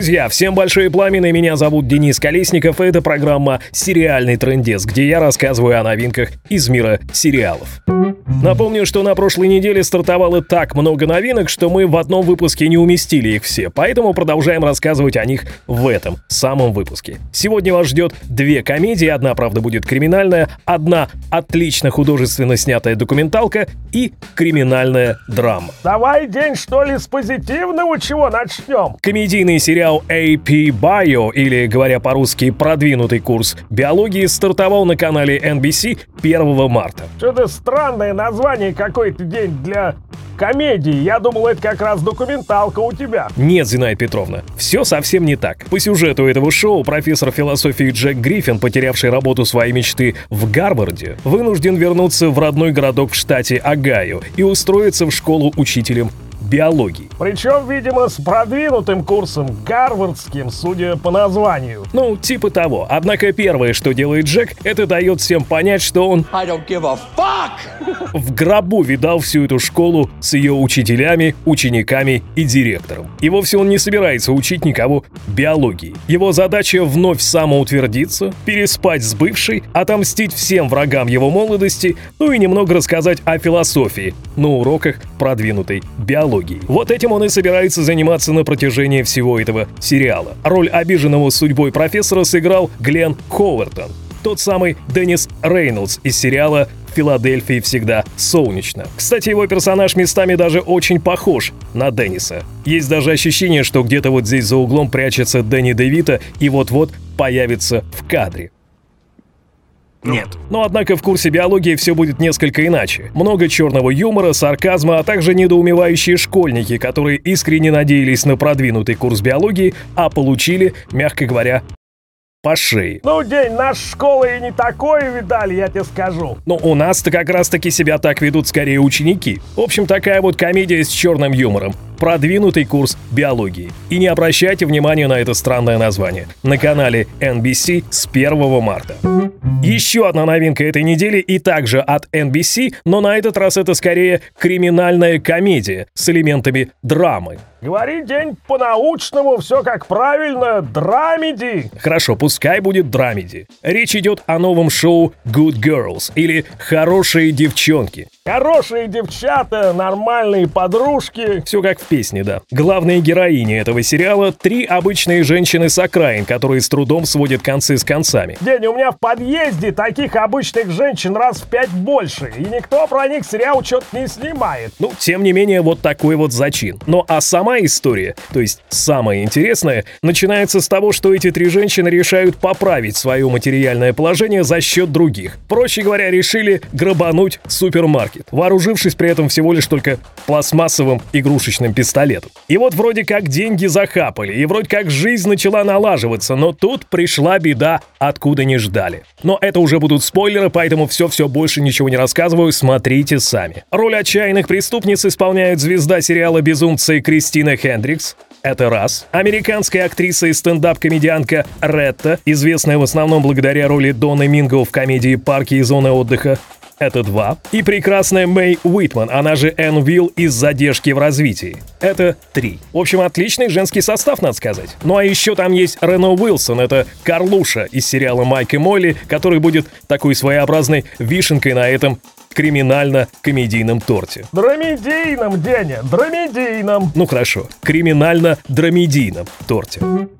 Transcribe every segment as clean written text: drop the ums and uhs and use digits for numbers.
Друзья, всем большое пламя, меня зовут Денис Колесников, и это программа «Сериальный трындец», где я рассказываю о новинках из мира сериалов. Напомню, что на прошлой неделе стартовало так много новинок, что мы в одном выпуске не уместили их все, поэтому продолжаем рассказывать о них в этом самом выпуске. Сегодня вас ждет две комедии, одна, правда, будет криминальная, одна отлично художественно снятая документалка и криминальная драма. Давай день, что ли, с позитивного чего начнем? Комедийный сериал AP Bio, или, говоря по-русски, продвинутый курс биологии, стартовал на канале NBC 1 марта. Что-то странное название какой-то день для комедии. Я думал, это как раз документалка у тебя. Нет, Зинаида Петровна, все совсем не так. По сюжету этого шоу профессор философии Джек Гриффин, потерявший работу своей мечты в Гарварде, вынужден вернуться в родной городок в штате Огайо и устроиться в школу учителем биологии. Причем, видимо, с продвинутым курсом, гарвардским, судя по названию. Ну, типа того. Однако первое, что делает Джек, это дает всем понять, что он в гробу видал всю эту школу с ее учителями, учениками и директором. И вовсе он не собирается учить никого биологии. Его задача вновь самоутвердиться, переспать с бывшей, отомстить всем врагам его молодости, ну и немного рассказать о философии на уроках продвинутой биологии. Вот этим он и собирается заниматься на протяжении всего этого сериала. Роль обиженного судьбой профессора сыграл Глен Ховертон, тот самый Деннис Рейнольдс из сериала «В Филадельфии всегда солнечно». Кстати, его персонаж местами даже очень похож на Денниса. Есть даже ощущение, что где-то вот здесь за углом прячется Дэнни Девито и вот-вот появится в кадре. Нет. Но однако в курсе биологии все будет несколько иначе. Много черного юмора, сарказма, а также недоумевающие школьники, которые искренне надеялись на продвинутый курс биологии, а получили, мягко говоря, по шее. Ну, день, наша школа и не такое видали, я тебе скажу. Но у нас-то как раз-таки себя так ведут скорее ученики. В общем, такая вот комедия с черным юмором. Продвинутый курс биологии. И не обращайте внимания на это странное название. На канале NBC с 1 марта. Еще одна новинка этой недели и также от NBC, но на этот раз это скорее криминальная комедия с элементами драмы. Говори, день, по-научному, все как правильно, драмеди. Хорошо, пускай будет драмеди. Речь идет о новом шоу Good Girls, или «Хорошие девчонки». Хорошие девчата, нормальные подружки. Все как в песне, да. Главные героини этого сериала — три обычные женщины с окраин, которые с трудом сводят концы с концами. День, у меня в подъезде таких обычных женщин раз в 5 больше, и никто про них сериал что-то не снимает. Ну, тем не менее, вот такой вот зачин. Ну, а сама история, то есть самое интересное, начинается с того, что эти три женщины решают поправить свое материальное положение за счет других. Проще говоря, решили грабануть супермаркет, вооружившись при этом всего лишь только пластмассовым игрушечным пистолетом. И вот вроде как деньги захапали, и вроде как жизнь начала налаживаться, но тут пришла беда, откуда не ждали. Но это уже будут спойлеры, поэтому все больше ничего не рассказываю, смотрите сами. Роль отчаянных преступниц исполняют звезда сериала «Безумцы» Кристина Хендрикс. Это раз. Американская актриса и стендап-комедианка Ретта, известная в основном благодаря роли Донны Минго в комедии «Парки и зоны отдыха». Это два. И прекрасная Мэй Уитман, она же Энн Вилл из «Задержки в развитии». Это три. В общем, отличный женский состав, надо сказать. Ну а еще там есть Рено Уилсон, это Карлуша из сериала «Майк и Молли», который будет такой своеобразной вишенкой на этом криминально-комедийном торте. Драмедийном, Деня, драмедийном. Ну хорошо, криминально-драмедийном торте.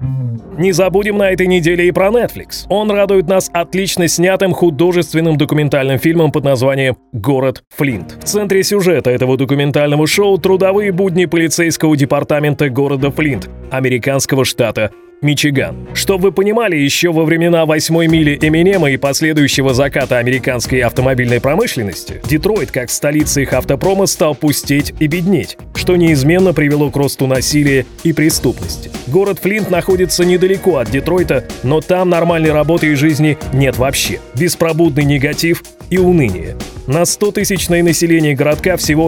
Не забудем на этой неделе и про Netflix. Он радует нас отлично снятым художественным документальным фильмом под названием «Город Флинт». В центре сюжета этого документального шоу трудовые будни полицейского департамента города Флинт, американского штата Мичиган. Чтоб вы понимали, еще во времена 8-й мили Эминема и последующего заката американской автомобильной промышленности, Детройт, как столица их автопрома, стал пустеть и беднеть, что неизменно привело к росту насилия и преступности. Город Флинт находится недалеко от Детройта, но там нормальной работы и жизни нет вообще. Беспробудный негатив и уныние. На 100-тысячное население городка всего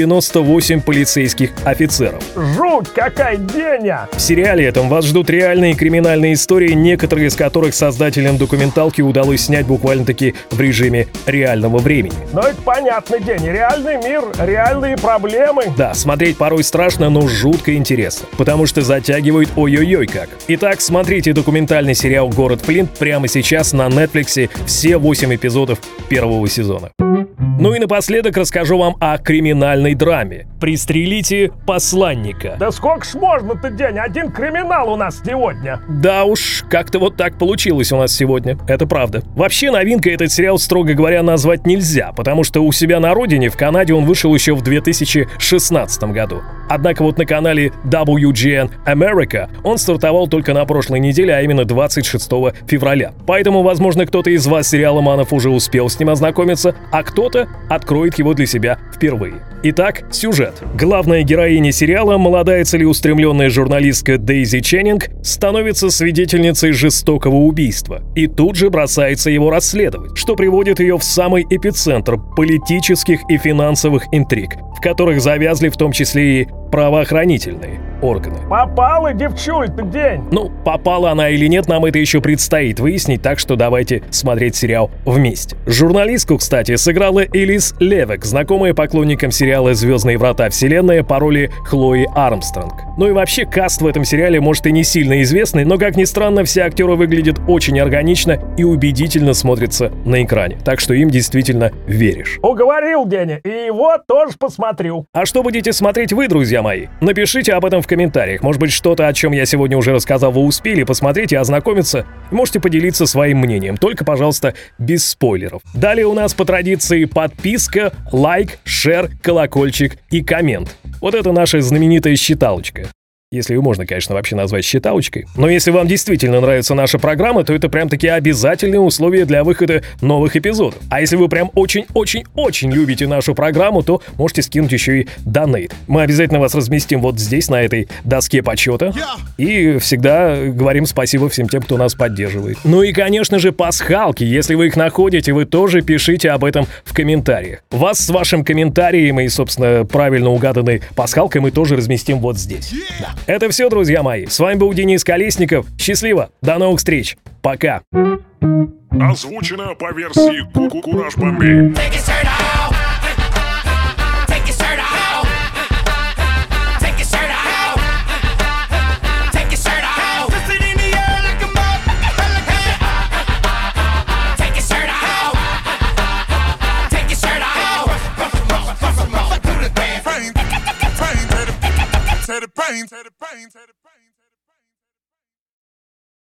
98 полицейских офицеров. Жуть какая, Деня! В сериале этом вас ждут реальные криминальные истории, некоторые из которых создателям документалки удалось снять буквально-таки в режиме реального времени. Ну это понятно, Деня. Реальный мир, реальные проблемы. Да, смотреть порой страшно, но жутко интересно, потому что затягивает ой-ой-ой как. Итак, смотрите документальный сериал «Город Флинт» прямо сейчас на Netflix, все 8 эпизодов первого сезона. Ну и напоследок расскажу вам о криминальной драме. Пристрелите посланника. Да сколько ж можно-то, день? Один криминал у нас сегодня. Да уж, как-то вот так получилось у нас сегодня. Это правда. Вообще, новинкой этот сериал, строго говоря, назвать нельзя, потому что у себя на родине, в Канаде, он вышел еще в 2016 году. Однако вот на канале WGN America он стартовал только на прошлой неделе, а именно 26 февраля. Поэтому, возможно, кто-то из вас, сериаломанов, уже успел с ним ознакомиться, а кто-то откроет его для себя впервые. Итак, сюжет. Главная героиня сериала, молодая целеустремленная журналистка Дейзи Ченнинг, становится свидетельницей жестокого убийства и тут же бросается его расследовать, что приводит ее в самый эпицентр политических и финансовых интриг, в которых завязли в том числе и правоохранительные органы. Попала девчуль-то, день. Ну, попала она или нет, нам это еще предстоит выяснить, так что давайте смотреть сериал вместе. Журналистку, кстати, сыграла Элис Левек, знакомая поклонникам сериала «Звездные врата Вселенная» по роли Хлои Армстронг. Ну и вообще, каст в этом сериале может и не сильно известный, но, как ни странно, все актеры выглядят очень органично и убедительно смотрятся на экране, так что им действительно веришь. Уговорил, Деня, и его тоже посмотрю. А что будете смотреть вы, друзья мои? Напишите об этом в комментариях. Может быть, что-то, о чем я сегодня уже рассказал, вы успели посмотреть и ознакомиться, и можете поделиться своим мнением. Только, пожалуйста, без спойлеров. Далее у нас по традиции подписка, лайк, шер, колокольчик и коммент. Вот это наша знаменитая считалочка. Если ее можно, конечно, вообще назвать считалочкой. Но если вам действительно нравится наша программа, то это прям-таки обязательные условия для выхода новых эпизодов. А если вы прям очень-очень-очень любите нашу программу, то можете скинуть еще и донейт. Мы обязательно вас разместим вот здесь, на этой доске почета. И всегда говорим спасибо всем тем, кто нас поддерживает. Ну и, конечно же, пасхалки. Если вы их находите, вы тоже пишите об этом в комментариях. Вас с вашим комментарием и, собственно, правильно угаданной пасхалкой мы тоже разместим вот здесь. Да. Это все, друзья мои. С вами был Денис Колесников. Счастливо. До новых встреч. Пока. Озвучено по версии Кураж Бомбей.